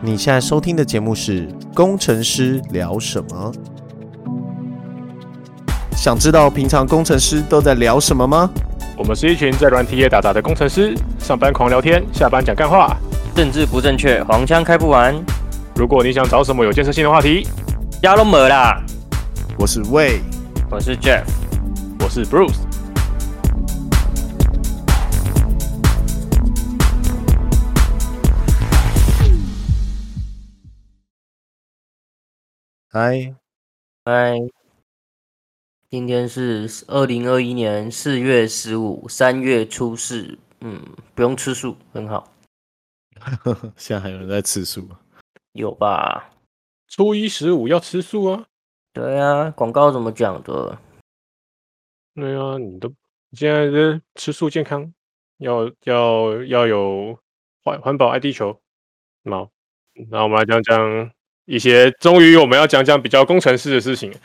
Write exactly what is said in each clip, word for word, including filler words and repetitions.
你现在收听的节目是《工程师聊什么》。想知道平常工程师都在聊什么吗？ 我们是一群在软体业打杂的工程师，上班狂聊天，下班讲干话， 政治不正确，黄腔开不完。 如果你想找什么有建设性的话题， 加都没啦。 我是魏， 我是 Jeff， 我是 Bruce。 嗨， 嗨，今天是二零二一年四月十五，三月初四，嗯，不用吃素，很好。 现在还有人在吃素吗？ 有吧？ 初一十五要吃素啊？ 对啊，广告怎么讲的？ 对啊，你都你现在是吃素健康，要要要有环环保爱地球，好，那我们来讲讲一些，终于我们要讲讲比较工程师的事情。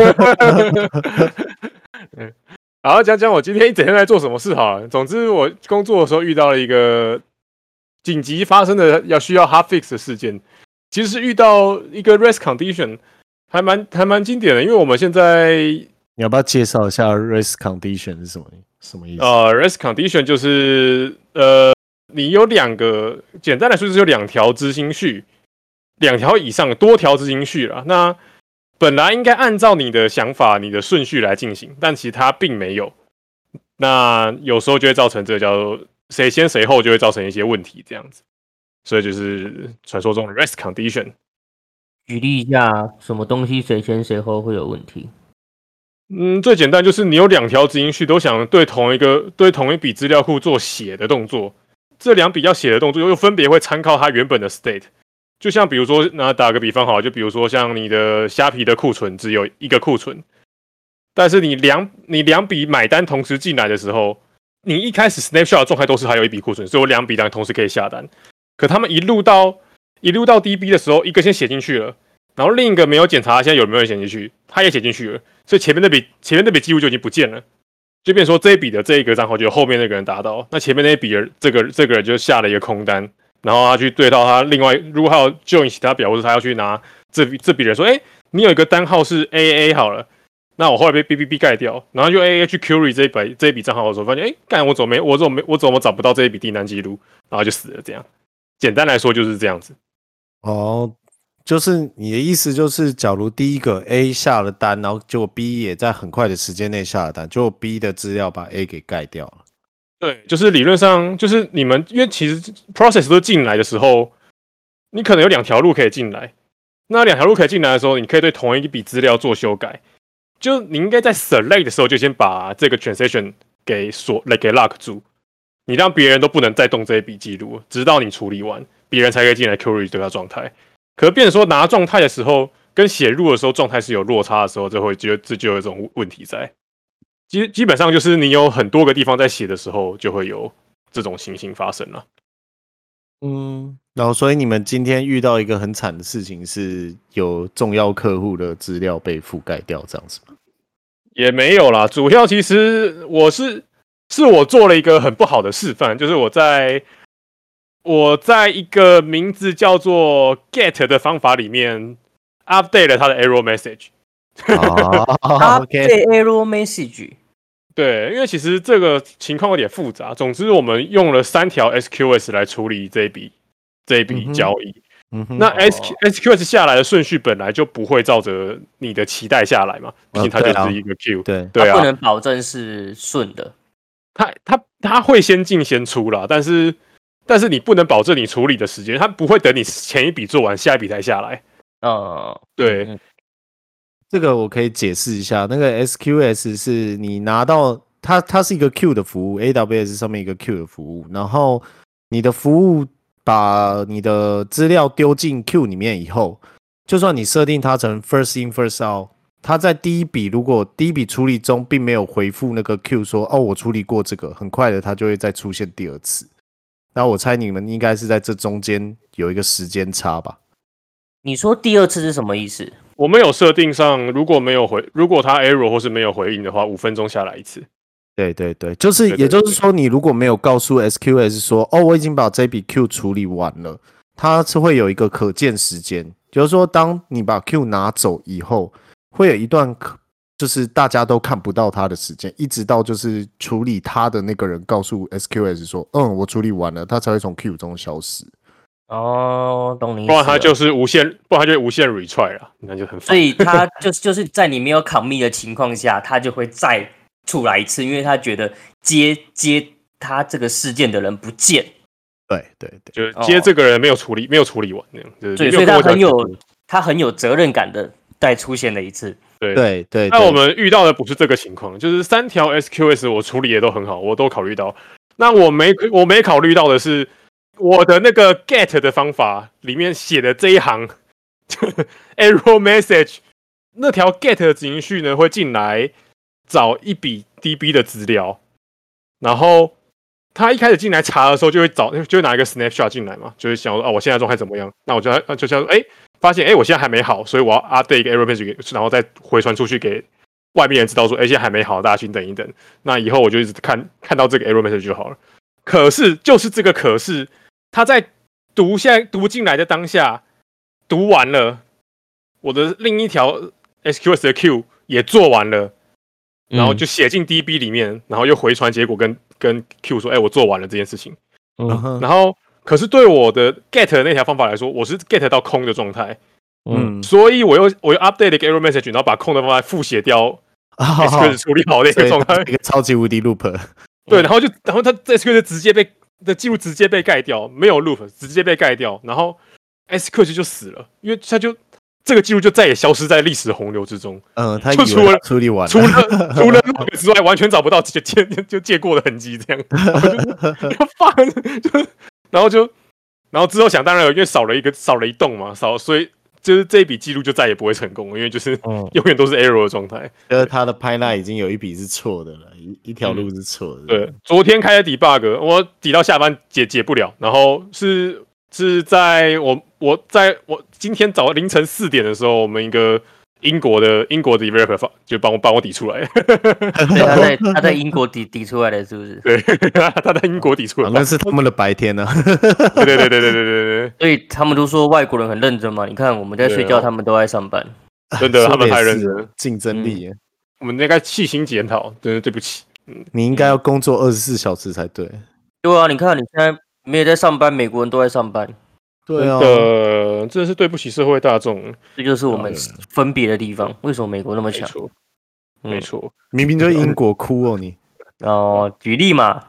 嗯，好，讲讲我今天一整天在做什么事好了。总之，我工作的时候遇到了一个紧急发生的要需要 hard fix 的事件，其实是遇到一个 rest condition， 还蛮还蛮经典的，因为我们现在你要不要介绍一下 rest condition 是什么什么意思？ 呃 rest condition 就是呃，你有两个，简单来说就是有两条执行序。两条以上多条执行序啦，那本来应该按照你的想法、你的顺序来进行，但其实它并没有。那有时候就会造成这个叫谁先谁后，就会造成一些问题这样子。所以就是传说中的 rest condition。 举例一下，什么东西谁先谁后会有问题？ 嗯，最简单就是你有两条执行序都想对同一个对同一笔资料库做写的动作，这两笔要写的动作又分别会参考它原本的 state。就像比如说，那打个比方好，就比如说像你的虾皮的库存只有一个库存，但是你两你两笔买单同时进来的时候，你一开始 snapshot 的状态都是还有一笔库存，所以我两笔单同时可以下单。可他们一路到一路到 D B 的时候，一个先写进去了，然后另一个没有检查现在有没有人写进去，他也写进去了，所以前面那笔前面那笔记录就已经不见了，就变成说这一笔的这一个账号就后面那个人达到，那前面那一笔的这个这个人就下了一个空单。然后他去对到他另外，如果还有 join 其他表，或者他要去拿这这笔人说，哎，你有一个单号是 A A 好了，那我后来被 B B B 盖掉，然后就 A A 去 query 这一笔这一笔账号的时候，发现，哎，干我怎么没我怎么没我怎么找不到这一笔订单记录，然后就死了。这样，简单来说就是这样子。 哦，就是你的意思就是，假如第一个 A 下了单，然后结果 B 也在很快的时间内下了单，结果 B 的资料把 A 给盖掉了。 对，就是理论上，就是你们，因为其实 process 都进来的时候，你可能有两条路可以进来。那两条路可以进来的时候，你可以对同一笔资料做修改。就你应该在 select 的时候，就先把这个 transaction 给锁、给 lock 住，你让别人都不能再动这一笔记录，直到你处理完，别人才可以进来 query 这个状态。可是变成说拿状态的时候，跟写入的时候状态是有落差的时候，这会就这就有一种问题在。基基本上就是你有很多个地方在写的时候，就会有这种情形发生了。 嗯，然后所以你们今天遇到一个很惨的事情，是有重要客户的资料被覆盖掉，这样子吗？ 也没有啦，主要其实我是是我做了一个很不好的示范，就是我在我在一个名字叫做 get 的方法里面 update 了它的 error message。 哦 ，update error message。 对，因为其实这个情况有点复杂。总之，我们用了三条 S Q S 来处理这一笔这一笔交易。嗯嗯、那 S Q S 下来的顺序本来就不会照着你的期待下来嘛，毕竟它就是一个 Q。 对对啊， 它不能保证是顺的。 它它它会先进先出啦，但是但是你不能保证你处理的时间，它不会等你前一笔做完，下一笔才下来。 哦， 对。 嗯， 这个我可以解释一下，那个 S Q S 是你拿到它，它是一个 Q 的服务 ，A W S 上面一个 Q 的服务，然后你的服务把你的资料丢进 Q 里面以后，就算你设定它成 first in first out， 它在第一笔如果第一笔处理中并没有回复那个 Q 说哦我处理过这个，很快的它就会再出现第二次。那我猜你们应该是在这中间有一个时间差吧？ 你说第二次是什么意思？ 我们有设定上，如果没有回，如果它 error 或是没有回应的话，五分钟下来一次。 对对对，就是也就是说，你如果没有告诉 S Q S 说，哦，我已经把这笔 Q 处理完了， 它是会有一个可见时间，就是说，当你把 Q 拿走以后，会有一段可就是大家都看不到它的时间，一直到就是处理它的那个人告诉 S Q S 说，嗯，我处理完了，它才会从 Q 中消失。 哦，懂你意思了。 不然它就是无限，不然它就无限 retry 了，那就很烦。 所以它就是就是在你没有 commit 的情况下，它就会再出来一次，因为他觉得接接他这个事件的人不见。 对对对， 就是接这个人没有处理，哦、没有处理完那样，就是对，所以他很有他很有责任感的再出现了一次。 对对对。 那我们遇到的不是这个情况，就是三条 S Q S 我处理也都很好，我都考虑到。那我没我没考虑到的是，我的那个 get 的方法里面写的这一行error message 那条 get 的执行序呢，会进来找一笔 D B 的资料，然后。他一开始进来查的时候，就会找，就会拿一个 snapshot 进来嘛，就是想说，哦，我现在状态怎么样？那我就就像说，哎，发现，哎，我现在还没好，所以我要 update 一个 error message， 然后再回传出去给外面人知道说，哎，现在还没好，大家请等一等。那以后我就一直看看到这个 error message 就好了。可是，就是这个可是，他在读现在读进来的当下，读完了，我的另一条 S Q S 的 Q 也做完了。然后就写进 D B 里面，然后又回传结果跟跟 Q 说，哎、欸，我做完了这件事情。嗯，然后可是对我的 get 的那条方法来说，我是 get 到空的状态，嗯，所以我又我又 update 一个 error message， 然后把空的方法复写掉 ，S Q S 处理好的一个状态， 一个超级无敌 loop。 对，然后就然后它 S Q S 直接被的记录直接被盖掉，没有 loop， 直接被盖掉，然后 S Q S 就死了，因为它就。这个记录就再也消失在历史洪流之中。 嗯，他就除了处理完了， 除了除了 log 之外，完全找不到借借就借过的痕迹，这样。就放，就然后就然后之后想当然有，因为少了一个少了一栋嘛，少所以就是这一笔记录就再也不会成功，因为就是永远都是 error 的状态。 就是他的 pipeline 已经有一笔是错的了，一一条路是错的。 嗯、对，昨天开的 debug， 我抵到下班解解不了，然后是。是在我我在我今天早凌晨四点的时候，我们一个英国的英国的 developer 就帮我帮我抵出来。 对，他在他在英国抵抵出来的，是不是？ 对，他在英国抵出来、 啊，那是他们的白天呢、啊。 对对对对对对对对。 所以他们都说外国人很认真嘛，你看我们在睡觉，他们都在上班。 真的，他们太认真了， 竞争力、嗯。 我们应该细心检讨，对对不起。 嗯，你应该要工作二十四小时才对。 对啊，你看你现在。没有在上班，美国人都在上班。 对啊， 真的是对不起社会大众。 这就是我们分别的地方。为什么美国那么强？ 没错，嗯、 明明就是英国哭哦你。 哦，举例嘛。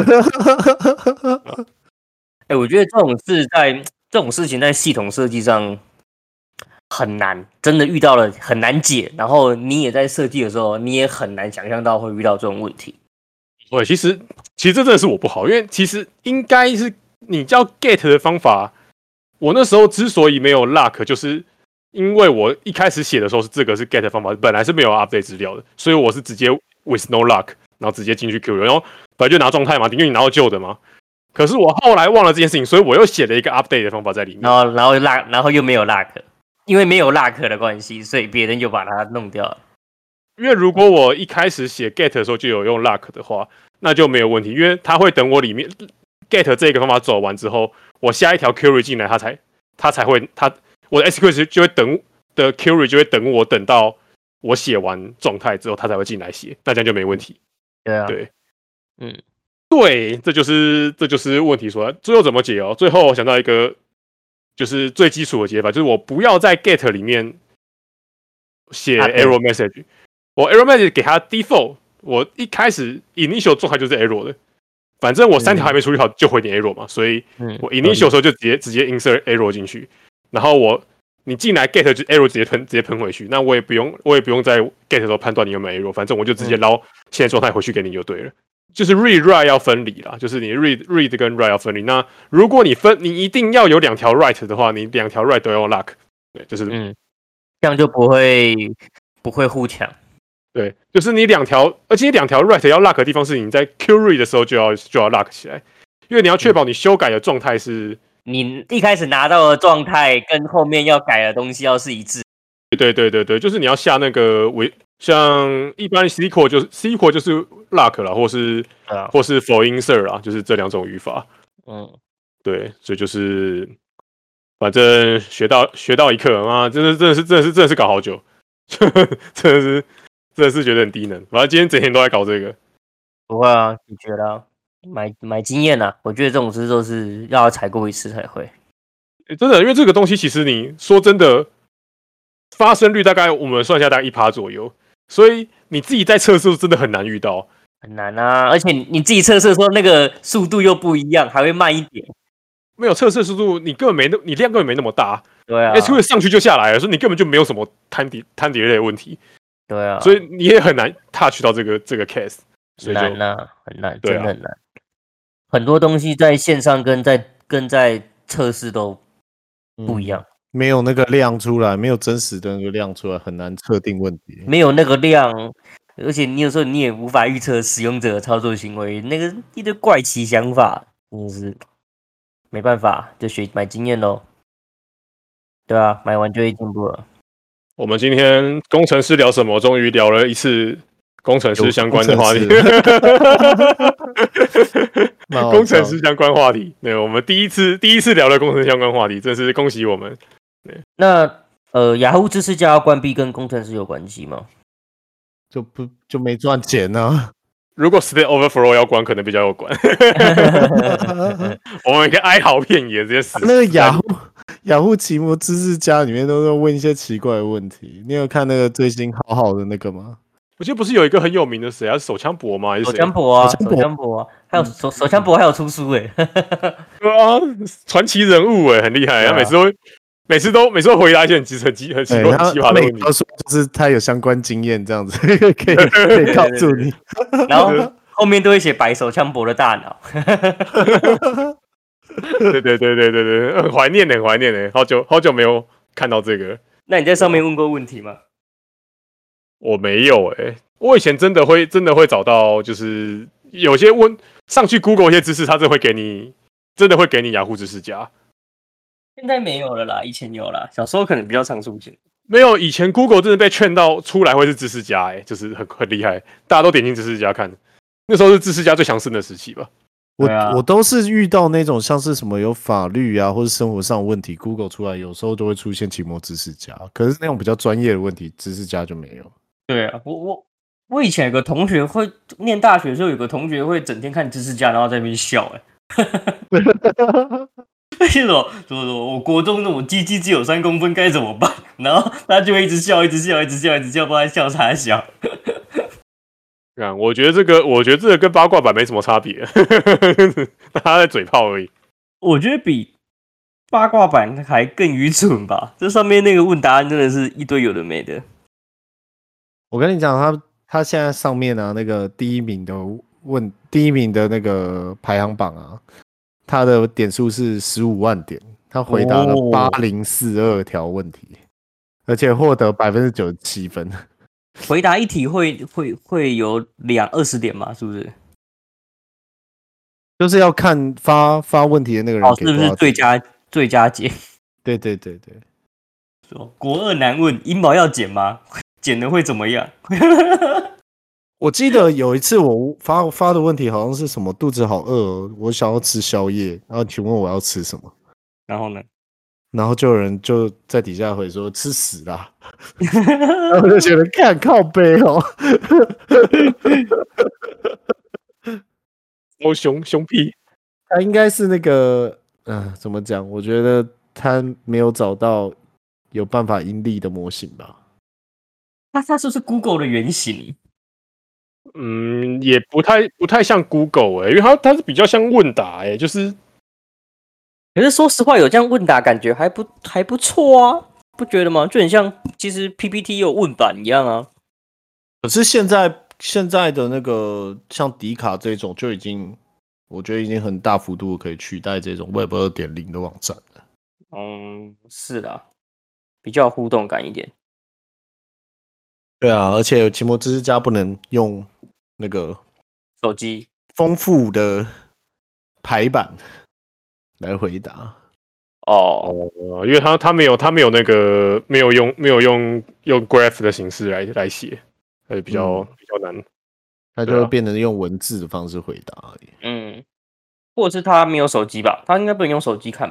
哎、欸，我觉得这种事在这种事情在系统设计上很难，真的遇到了很难解。然后你也在设计的时候，你也很难想象到会遇到这种问题。 对，其实其实这真的是我不好，因为其实应该是你叫 get 的方法，我那时候之所以没有 lock， 就是因为我一开始写的时候是这个是 get 的方法，本来是没有 update 资料的，所以我是直接 with no lock， 然后直接进去 Q， 然后本来就拿状态嘛，因为你拿到旧的嘛。可是我后来忘了这件事情，所以我又写了一个 update 的方法在里面， 然后然后 lock， 然后又没有 lock， 因为没有 lock 的关系，所以别人就把它弄掉了。 因为如果我一开始写 get 的时候就有用 lock 的话，那就没有问题，因为它会等我里面 get 这个方法走完之后，我下一条 query 进来，它才它才会它我的 S Q S 就会等的 query 就会等我等到我写完状态之后，它才会进来写，那这样就没问题。 对啊， 对， 嗯， 对，这就是这就是问题所在。最后怎么解哦？最后我想到一个就是最基础的解法，就是我不要在 get 里面写 error message。我 error message 给它 default， 我一开始 initial 状态就是 error 的，反正我三条还没处理好就回点 error 嘛，所以我 initial 的时候就直接直接 insert error 进去，然后我你进来 get 就 error 直接喷直接喷回去，那我也不用我也不用在 get 的时候判断你有没有 error， 反正我就直接捞现在状态回去给你就对了。就是 read write 要分离啦，就是你 read read 跟 write 要分离。那如果你分你一定要有两条 write 的话，你两条 write 都要 lock， 对，就是嗯，这样就不会不会互抢。 对，就是你两条，而且两条 write 要 lock 的地方是你在 query 的时候就要就要 lock 起来，因为你要确保你修改的状态是、 嗯、你一开始拿到的状态跟后面要改的东西要是一致。 对对对对，就是你要下那个为像一般 C core 就是 C core 就是 lock 啦，或是、啊、或是 for insert 啦，就是这两种语法。 嗯， 对，所以就是反正学到学到一课啊，真的真的是真的是真的是搞好久，真的是真的是觉得很低能。反正今天整天都在搞这个。 不会啊，你觉得、啊、买买经验啊？我觉得这种事都是要踩过一次才会。 欸、真的，因为这个东西其实你说真的，发生率大概我们算下大概一趴左右，所以你自己在测试真的很难遇到， 很难啊。而且你自己测试的时候，那个速度又不一样，还会慢一点。 没有测试速度，你根本没那，你量根本没那么大。 对啊 ，S Q 上去就下来了，所以你根本就没有什么摊底摊底类的问题。 对啊， 所以你也很难 touch 到这个这个 case， 所以就难啊，很难， 对啊真的很难。很多东西在线上跟在跟在测试都不一样， 嗯没有那个量出来，没有真实的那个量出来，很难测定问题。 没有那个量，而且你有时候你也无法预测使用者的操作行为，那个一堆怪奇想法，真的是没办法，就学买经验咯。对啊，买完就会进步了。 我们今天工程师聊什么？终于聊了一次工程师相关的话题。工程师相关话题，对，我们第一次第一次聊了工程相关话题，真是恭喜我们。 那呃，雅虎知识家要关闭跟工程师有关系吗？ 就不就没赚钱呢、啊？ 如果 Stack Overflow 要关，可能比较有关。我们可以哀嚎遍野，直接死。 那个雅虎雅虎奇摩知识家里面都在问一些奇怪的问题。你有看那个最新好好的那个吗？ 我记得不是有一个很有名的谁啊？是手枪博吗？还是手枪博啊，手枪博啊，还有手手枪博还有出书哎、欸， 对啊，传奇人物哎、欸，很厉害。他、啊、每次都每次都每次都回答一些很奇很奇很奇怪、很奇葩的问题。 他说就是他有相关经验这样子，可以可以告诉你。 然后后面都会写白手枪博的大脑。 对对对对对对，很怀念的，很怀念的，好久好久没有看到这个。 那你在上面问过问题吗？ 我没有哎、欸，我以前真的会真的会找到，就是有些问上去 Google 一些知识，它真的会给你，真的会给你雅虎知识家。 现在没有了啦，以前有啦，小时候可能比较常出现。 没有，以前 Google 真的被劝到出来会是知识家、欸，哎，就是很很厉害，大家都点进知识家看。那时候是知识家最强盛的时期吧。 我、 啊、 我都是遇到那种像是什么有法律啊，或者生活上的问题 ，Google 出来有时候都会出现奇摩知识家，可是那种比较专业的问题，知识家就没有。 对啊，我我我以前有个同学会念大学的时候，有个同学会整天看知识家，然后在那边笑、欸，哎，什么什么什么，我国中那种鸡鸡只有三公分该怎么办？然后他就会一直笑，一直笑，一直笑，一直笑，不知道笑啥笑。 啊，我觉得这个，我觉得这个跟八卦版没什么差别，他在嘴炮而已。 我觉得比八卦版还更愚蠢吧？这上面那个问答案真的是一堆有的没的。 我跟你讲，他他现在上面啊，那个第一名的问第一名的那个排行榜啊，他的点数是十五万点，他回答了八零四二条问题，哦、而且获得百分之九十七分。 回答一题会会会有两二十点吗？是不是？ 就是要看发发问题的那个人、哦、 是不是最佳最佳解？ 对对对对。 说国二难问，阴毛要剪吗？剪了会怎么样？ 我记得有一次我发发的问题好像是什么肚子好饿、哦，我想要吃宵夜，然后请问我要吃什么？ 然后呢？ 然后就有人就在底下回说吃屎啦，然后我就觉得看靠背哦， 哦熊熊屁， 他应该是那个嗯、呃，怎么讲？我觉得他没有找到有办法盈利的模型吧。 他他是不是 Google 的原型？ 嗯，也不太不太像 Google 哎、欸，因为它它是比较像问答哎、欸，就是。 可是说实话，有这样问答感觉还不还不错啊，不觉得吗？就很像其实 P P T 有问版一样啊。 可是现在现在的那个像迪卡这种就已经，我觉得已经很大幅度可以取代这种 Web 二点零 的网站了。 嗯，是的，比较互动感一点。 对啊，而且奇摩知识家不能用那个手机丰富的排版来回答哦，因为他他没有他没有那个没有用没有用用 graph 的形式来来写，所以比较、嗯、比较难， 他就会变成用文字的方式回答而已。 嗯，或者是他没有手机吧？他应该不能用手机看吧？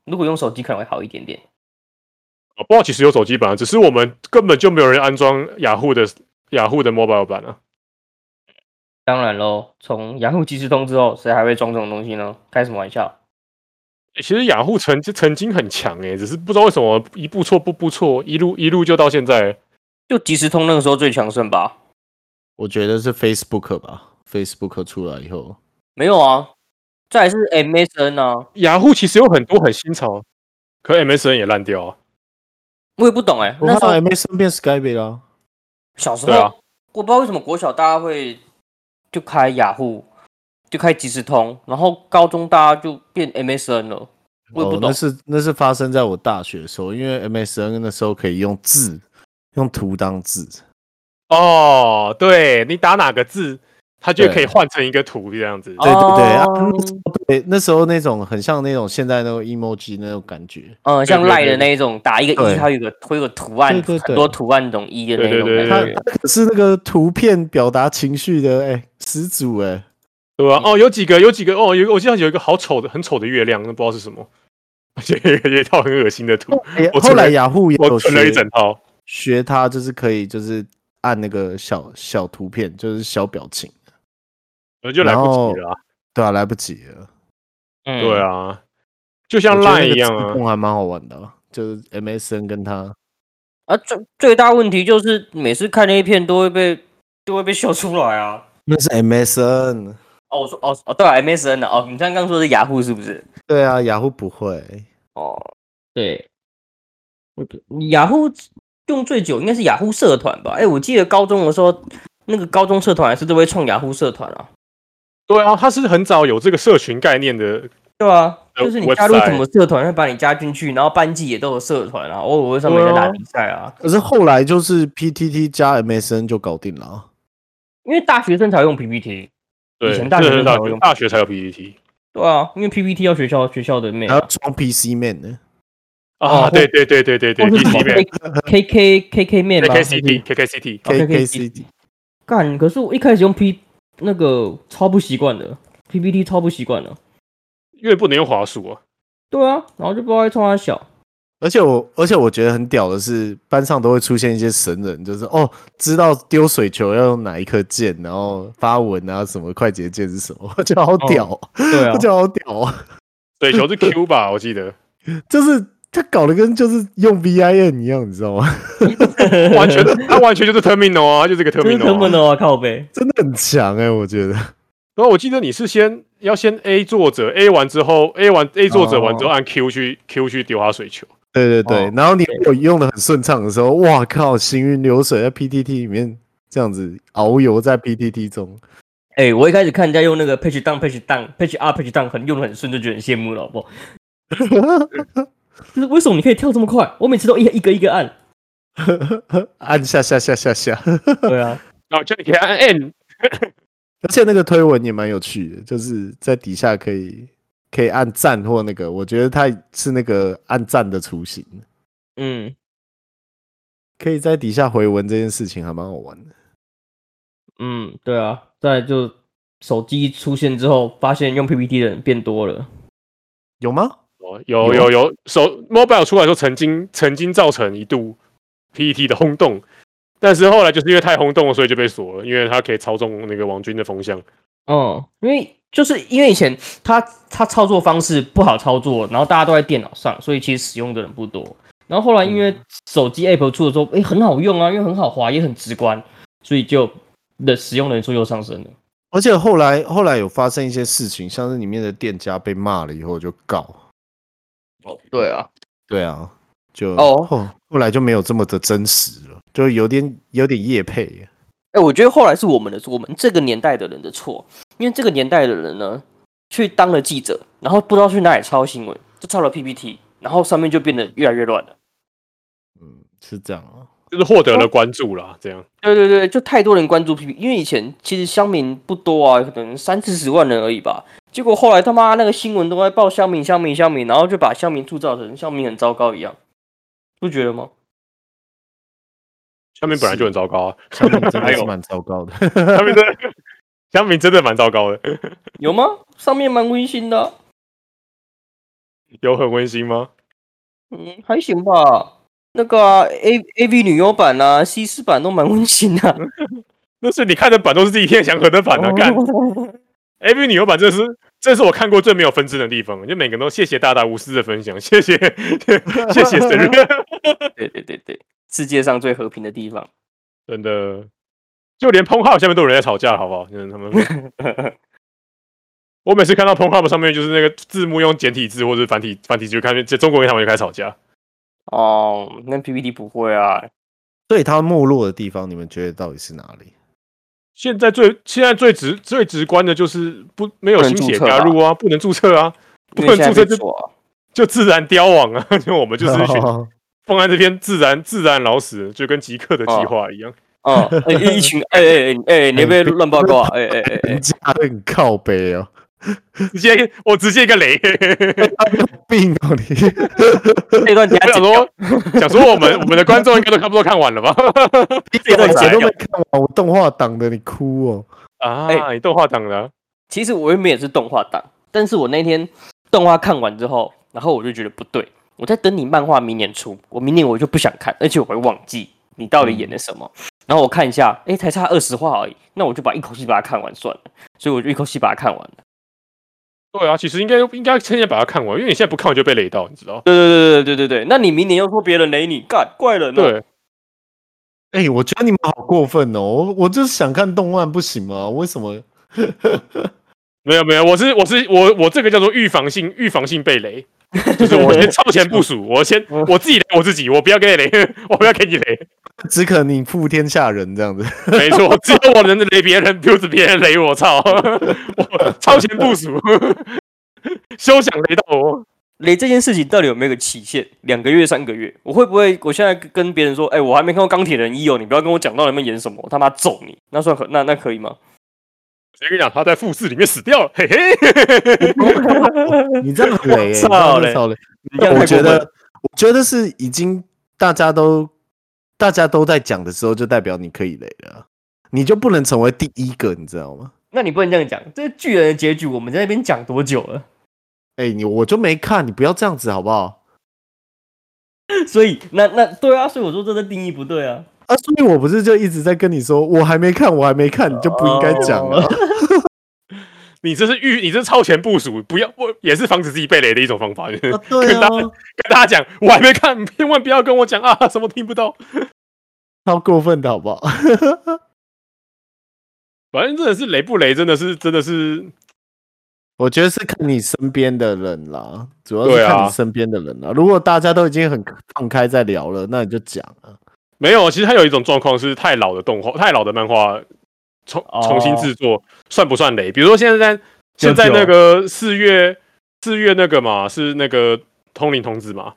如果用手机可能会好一点点。 哦，不过其实有手机版，只是我们根本就没有人安装雅虎的雅虎的 mobile 版啊。 当然喽，从雅虎即时通之后，谁还会装这种东西呢？开什么玩笑？ 欸、其实雅虎曾曾经很强诶、欸，只是不知道为什么一步错步步错，一路一路就到现在。 就即时通那个时候最强盛吧？ 我觉得是 Facebook 吧 ，Facebook 出来以后， 没有啊，再来是 M S N 啊。 雅虎其实有很多很新潮，可 M S N 也烂掉啊。 我也不懂哎、欸，那时候 M S N 变 Skype 啦。 小时候、 啊、 我不知道为什么国小大家会就开雅虎，就开即时通，然后高中大家就变 M S N 了。我也不懂， 哦、那是那是发生在我大学的时候，因为 M S N 那时候可以用字，用图当字。 哦，对，你打哪个字，它就可以换成一个图这样子。 对对对、 哦、 啊，对，那时候那种很像那种现在那种 emoji 那种感觉， 嗯，像赖的那一种，打一个一，它有个会有个图案， 对对对很多图案那种一的那种对对对感觉。 它可是那个图片表达情绪的，哎、欸，始祖哎、欸， 对吧？哦，有几个有几个哦，有我记得有一个好丑的很丑的月亮，那不知道是什么，有一套很恶心的图。 欸、后来雅虎也有存了一整套， 学它就是可以就是按那个小小图片，就是小表情， 呃，就来不及了、啊。 对啊，来不及了。 嗯， 对啊，就像 Line 一样啊， 还蛮好玩的、啊，就是 M S N 跟它。 啊，最最大问题就是每次看那一片都会被都会被秀出来啊。 那是 M S N。 哦，我说哦哦，对啊 ，M S N 的哦，你刚刚说的是雅虎是不是？ 对啊，雅虎不会。 哦，对，雅虎用最久应该是雅虎社团吧？哎，我记得高中的时候，那个高中社团还是都会创雅虎社团啊。 对啊，它是很早有这个社群概念的。 对啊，就是你加入什么社团，会把你加进去，然后班级也都有社团啊，偶尔会上面在打比赛啊。 可是后来就是 P T T 加 M S N 就搞定了、啊， 因为大学生才用 P P T， 以前大学生才会用， 大学才有 P P T。 对啊，因为 P P T 要学校学校的 man， 还要装 P C man 呢。 啊，对对对對對對 ，P C man，K K K K man 吧 ，K K C T，K K C T，K K C T。 干，可是我一开始用 P 那个超不习惯的 ，P P T 超不习惯的。 因为不能用滑鼠啊。 对啊，然后就不知道在冲他小。 而且我，而且我觉得很屌的是，班上都会出现一些神人，就是哦，知道丢水球要用哪一颗键，然后发文啊，什么快捷键是什么，我觉得好屌、喔哦， 对啊， 我觉得好屌、喔。 水球是 Q 吧，我记得， 就是他搞得跟就是用 V I N 一样，你知道吗？ 完全，他完全就是 terminal 啊，就是个 terminal， terminal 啊，靠背， 真的很强哎、欸，我觉得。 然后我记得你是先要先 A 作者 A 完之后 A 完 A 作者完之后按 Q 去、哦、Q 去丢他水球。 对对对，哦、然后你有用的很顺畅的时候，哇靠，行云流水在 P T T 里面这样子遨游在 P T T 中。 哎、欸，我一开始看人家用那个 page down page down page up page down 很用的很顺，就觉得很羡慕了，好不好？就是为什么你可以跳这么快？我每次都一一个一个按， 按下下下下下。 对啊， 然后就你可以按 N。 而且那个推文也蛮有趣的，就是在底下可以可以按赞或那个，我觉得它是那个按赞的雏形。 嗯， 可以在底下回文这件事情还蛮好玩的。 嗯，对啊，再来就手机出现之后，发现用 P P T 的人变多了， 有吗？ 哦，有有有，手 mobile 出来的时候，曾经曾经造成一度 P P T 的轰动。但是后来就是因为太轰动了，所以就被锁了，因为它可以操纵那个网军的风向。 哦、嗯，因为就是因为以前它它操作方式不好操作，然后大家都在电脑上，所以其实使用的人不多。然后后来因为手机 App 出的时候，哎、欸，很好用啊，因为很好滑，也很直观，所以就的使用人数又上升了。 而且后来后来有发生一些事情，像是里面的店家被骂了以后就告。 哦，对啊， 对啊，就哦后后来就没有这么的真实了。就有点有点业配耶， 哎、欸，我觉得后来是我们的错，我们这个年代的人的错，因为这个年代的人呢，去当了记者，然后不知道去哪里抄新闻，就抄了 P P T， 然后上面就变得越来越乱了。 嗯，是这样啊， 就是获得了关注啦，这样。 对对对，就太多人关注 P P T， 因为以前其实乡民不多啊，可能三四十万人而已吧。结果后来他妈那个新闻都在报乡民乡民乡民，然后就把乡民塑造成乡民很糟糕一样，不觉得吗？ 乡民本来就很糟糕啊， 乡民真的是蛮糟糕的。 乡民真的，乡民真的蛮糟糕的。 有吗？上面蛮温馨的、啊。 有很温馨吗？ 嗯，还行吧。那个、啊、A A V 女优版啊，西施版都蛮温馨的、啊。 那是你看的版都是第一天祥和的版啊，干 A V 女优版，这是这是我看过最没有纷争的地方，就每个人都谢谢大大无私的分享，谢谢谢谢生日， 对对对对，世界上最和平的地方， 真的，就连 Pornhub 下面都有人在吵架，好不好？就是他们，我每次看到 Pornhub 上面就是那个字幕用简体字或者繁体繁体字，就看见中国人他们就开始吵架。 哦，那 P P T 不会啊。 所以它没落的地方，你们觉得到底是哪里？ 现在最现在最直最直观的就是不没有新血加入啊，不能注册啊，不能注册就、啊、就自然凋亡啊，就我们就是选放在这边自然自然老死，就跟极客的计划一样。 哦，哦欸、一群哎哎哎，你别乱报告啊！哎哎哎， 人家很靠北哦， 直接我直接一个雷， 有病哦你！ 这段讲说想说我们我们的观众应该都差不多看完了吧？ 这段节都没看完，我动画党的你哭哦啊！欸、你动画党的、啊， 其实我原本也是动画党，但是我那天动画看完之后，然后我就觉得不对，我在等你漫画明年出，我明年我就不想看，而且我会忘记你到底演了什么。嗯、然后我看一下，哎、欸，才差二十话而已，那我就把一口气把它看完算了，所以我就一口气把它看完了。 对啊，其实应该应该趁现在把它看完，因为你现在不看我就被雷到，你知道？ 对对对对对对对，那你明年又说别人雷你，干怪人、喔。 对。 哎、欸，我觉得你们好过分哦！我我就是想看动漫，不行吗？为什么？ 没有没有，我是我是我我这个叫做预防性预防性被雷，就是我先超前部署，我先我自己雷我自己，我不要给你雷，我不要给你雷， 只可你负天下人这样子。 没错，只有我能雷别人，不是别人雷我，操！我超前部署，休想雷到我。 雷这件事情到底有没有个期限？两个月、三个月？我会不会我现在跟别人说，哎、欸，我还没看过钢铁人一哦，你不要跟我讲到里面演什么，我他妈揍你！那算可那那可以吗？ 谁跟你讲他在复四里面死掉了？嘿嘿， 你这样很雷、欸， 操嘞！ 你我觉得，我觉得是已经大家都大家都在讲的时候，就代表你可以雷了，你就不能成为第一个，你知道吗？ 那你不能这样讲，这巨人的结局我们在那边讲多久了？ 哎、欸，你我就没看，你不要这样子好不好？ 所以那那对啊，所以我说这个定义不对啊。 啊，所以我不是就一直在跟你说，我还没看，我还没看，你就不应该讲了。Oh. 你这是预，你这是超前部署，不要，我也是防止自己被雷的一种方法。啊对啊、 跟大家跟大家讲，我还没看，千万不要跟我讲啊，什么听不到， 超过分的好不好？ 反正真的是雷不雷，真的是真的是。 我觉得是看你身边的人啦，主要是看你身边的人啦。啊、如果大家都已经很放开在聊了，那你就讲啊。 没有，其实它有一种状况是太老的动画、太老的漫画重重新制作， oh. 算不算雷？比如说现在现在那个四月四月那个嘛，是那个通灵童子嘛？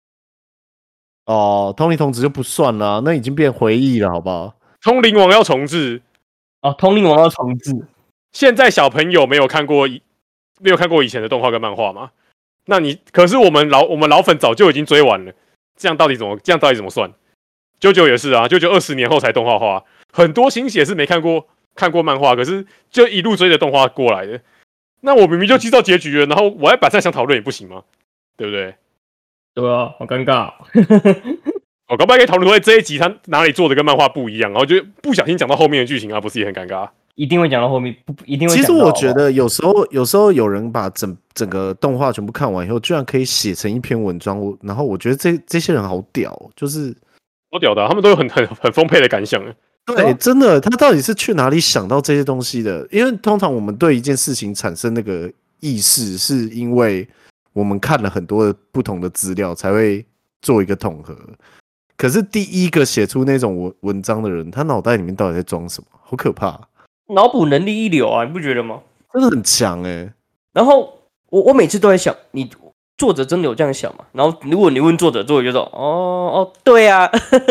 哦，通灵童子就不算了，那已经变回忆了，好不好？ 通灵王要重置哦，通灵王要重置。 现在小朋友没有看过。没有看过以前的动画跟漫画吗？那你可是我们老我们老粉早就已经追完了，这样到底怎么这样到底怎么算？啾啾也是啊，啾啾二十年后才动画化，很多新血是没看过看过漫画，可是就一路追着动画过来的。那我明明就知道结局了，然后我还摆在想讨论也不行吗？对不对？ 对啊，好尴尬。 我搞不好可以讨论说这一集他哪里做的跟漫画不一样，然后就不小心讲到后面的剧情啊，不是也很尴尬？ 一定会讲到后面，不一定会。 其实我觉得有时候，有时候有人把整整个动画全部看完以后，居然可以写成一篇文章，然后我觉得这这些人好屌，就是好屌的、啊，他们都有很很很丰沛的感想。 对，真的，他到底是去哪里想到这些东西的？因为通常我们对一件事情产生那个意识，是因为我们看了很多不同的资料，才会做一个统合。可是第一个写出那种文文章的人，他脑袋里面到底在装什么？好可怕、啊！ 脑补能力一流啊，你不觉得吗？ 真的很强哎、欸。 然后我我每次都在想，你作者真的有这样想吗？然后如果你问作者，作者就说：“哦哦，对啊。”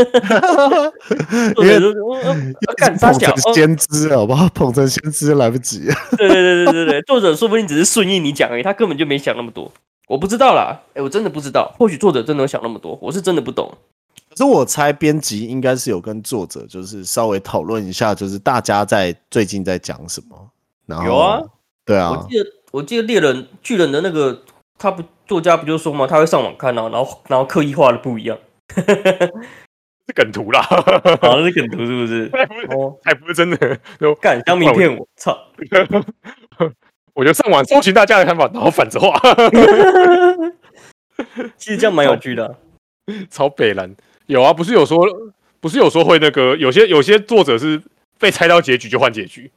作者就干啥捧成先知好不好？捧成先知来不及。 对对对对对对，作者说不定只是顺应你讲而已，他根本就没想那么多。我不知道啦，哎、欸，我真的不知道。或许作者真的有想那么多，我是真的不懂。 可是我猜编辑应该是有跟作者就是稍微讨论一下，就是大家在最近在讲什么。然后有啊， 对啊， 我记得我记得猎人巨人的那个他不作家不就说嘛，他会上网看啊，然后然后刻意画的不一样。 是梗图啦， 好，那是梗图是不是？ 哦，还不是真的。 干香名骗我，操！ 我就上网搜寻大家的看法，然后反着画。 其实这样蛮有趣的、啊。 超北蓝有啊，不是有说，不是有说会那个，有些有些作者是被猜到结局就换结局。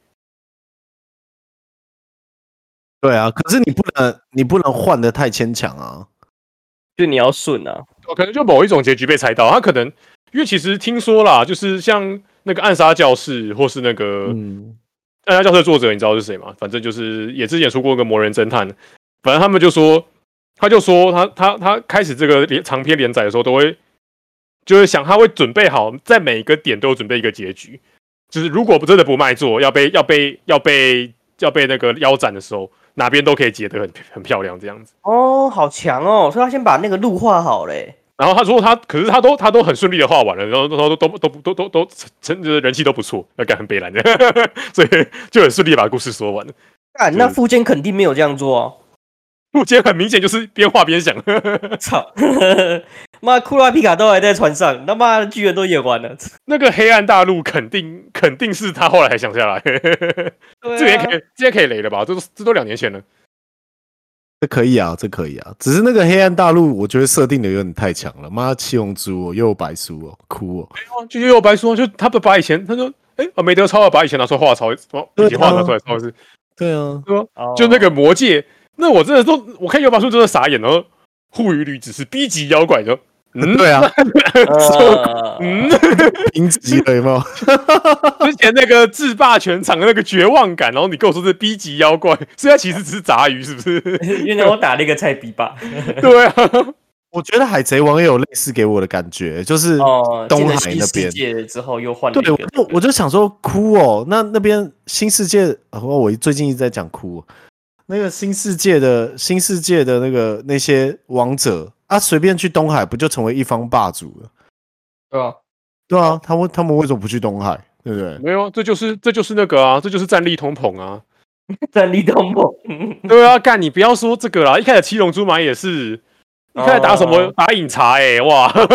对啊，可是你不能你不能换的太牵强啊， 就你要顺啊。 可能就某一种结局被猜到，他可能因为其实听说啦，就是像那个暗杀教室或是那个嗯， 暗杀教室的作者，你知道是谁吗？反正就是也之前出过一个魔人侦探，反正他们就说，他就说他他他开始这个长篇连载的时候，都会就是想他会准备好，在每一个点都有准备一个结局，就是如果不真的不卖座，要被要被要被要被那个腰斩的时候，哪边都可以结得很很漂亮这样子。 哦，好强哦！所以他先把那个路画好嘞。 然后他说他，可是他都他都很顺利的画完了，然后都都都都都都都真的人气都不错，要感很悲蓝的，所以就很顺利把故事说完了。 干，那富坚肯定没有这样做啊。 富坚很明显就是边画边想， 操！妈，库拉皮卡都还在船上，他妈的巨人都演完了。 那个黑暗大陆肯定肯定是他后来才想下来， 啊、 这也可以这也可以雷了吧？这都这都两年前了。 这可以啊，这可以啊，只是那个黑暗大陆，我觉得设定的有点太强了。妈，七龙珠哦，又有白书哦，哭哦。 没有啊，就又有白书，就他不把以前他说，哎、欸，梅德超把以前拿出来画抄，以前画拿出来抄是， 对啊， 对吧？哦、就那个魔戒，那我真的说，我看有白书真的傻眼了。护鱼女只是 B 级妖怪，就嗯，对啊， 嗯， 评级了有没有？ 之前那个制霸全场的那个绝望感，然后你跟我说是 B 级妖怪，所以它其实只是杂鱼，是不是？ 原来我打了一个菜 B 吧。 对啊， 我觉得海贼王也有类似给我的感觉，就是东海那边。 新世界之后又换了一个， 对， 我我就想说哭哦，那那边新世界，哦，我最近一直在讲哭、哦，那个新世界的新世界的那个那些王者啊，随便去东海不就成为一方霸主了？ 对啊， 对啊，他们他们为什么不去东海？对不对？ 没有，这就是这就是那个啊，这就是战力通膨啊， 战力通膨。 对啊，干你不要说这个啦，一开始七龙珠嘛也是。一开始打什么、哦、打饮茶哎、欸，哇，合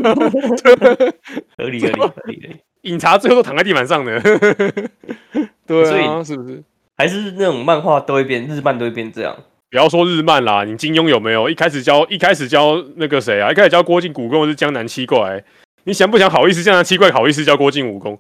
理合理合理。 饮茶最后都躺在地板上的，对啊，是不是？ 还是那种漫画都会变，日漫都会变这样。 不要说日漫啦，你金庸有没有？一开始教一开始教那个谁啊？一开始教郭靖武功是江南七怪、欸，你想不想好意思江南七怪好意思教郭靖武功？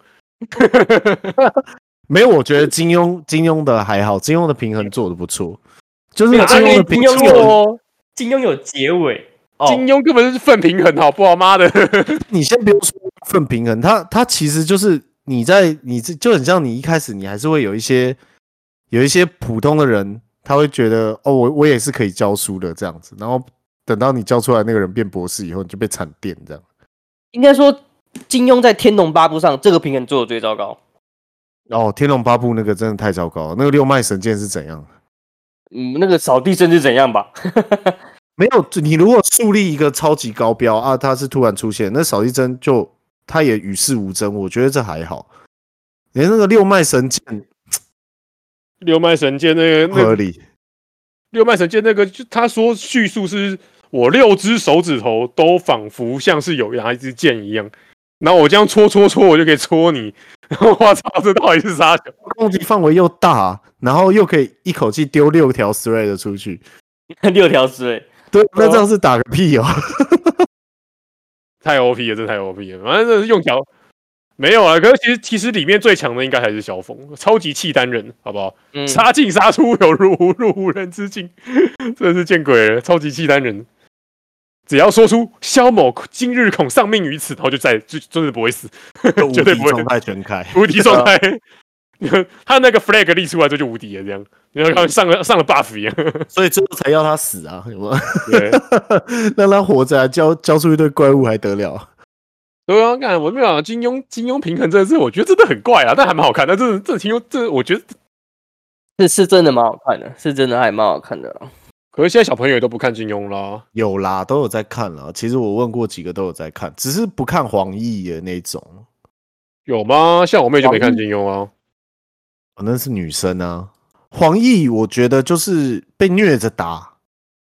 没有，我觉得金庸金庸的还好，金庸的平衡做的不错，就是金庸的平衡。金庸有结尾， 哦、金庸根本是分平衡，好不好？妈的， 你先不用说分平衡，他他其实就是你在你就很像你一开始你还是会有一些有一些普通的人，他会觉得哦，我我也是可以教书的这样子，然后等到你教出来那个人变博士以后，你就被惨电这样。 应该说，金庸在《天龙八部》上这个平衡做的最糟糕。 哦，《天龙八部》那个真的太糟糕了，那个六脉神剑是怎样？ 嗯，那个扫地僧是怎样吧？ 没有，你如果树立一个超级高标啊，他是突然出现，那扫地僧就他也与世无争，我觉得这还好。连那个六脉神剑， 六脉神剑那个合理。 六脉神剑那个，就他说叙述是我六只手指头都仿佛像是有拿一支剑一样，然后我这样戳戳戳，我就可以戳你。然后我操，这到底是啥？ 攻击范围又大，然后又可以一口气丢六条 thread 出去， 六条 thread， 对，那这样是打个屁哦！ 太 O P 了，这太 O P 了，反正这是用条没有啊。可是其实其实里面最强的应该还是萧峰，超级契丹人，好不好？嗯、杀进杀出，有如入无人之境，真的是见鬼了，超级契丹人。只要说出萧某今日恐丧命于此，然后就再就真的不会死，绝对不会。 状态全开， 无敌状态。他那个 flag 立出来之后就无敌了，这样，你看上了上了 buff 一样， 所以最后才要他死啊，有没有？对，让他活着、啊，教教出一堆怪物还得了？ 对啊，看我没有讲金庸金庸平衡这件事，我觉得真的很怪啊，但还蛮好看。但这这金庸这，我觉得是是真的蛮好看的，是真的还蛮好看的、啊。 可是现在小朋友也都不看金庸啦， 有啦，都有在看啦。其实我问过几个都有在看，只是不看黄奕的那种。 有吗？像我妹就没看金庸啊。 哦，那是女生啊。黄奕，我觉得就是被虐着打。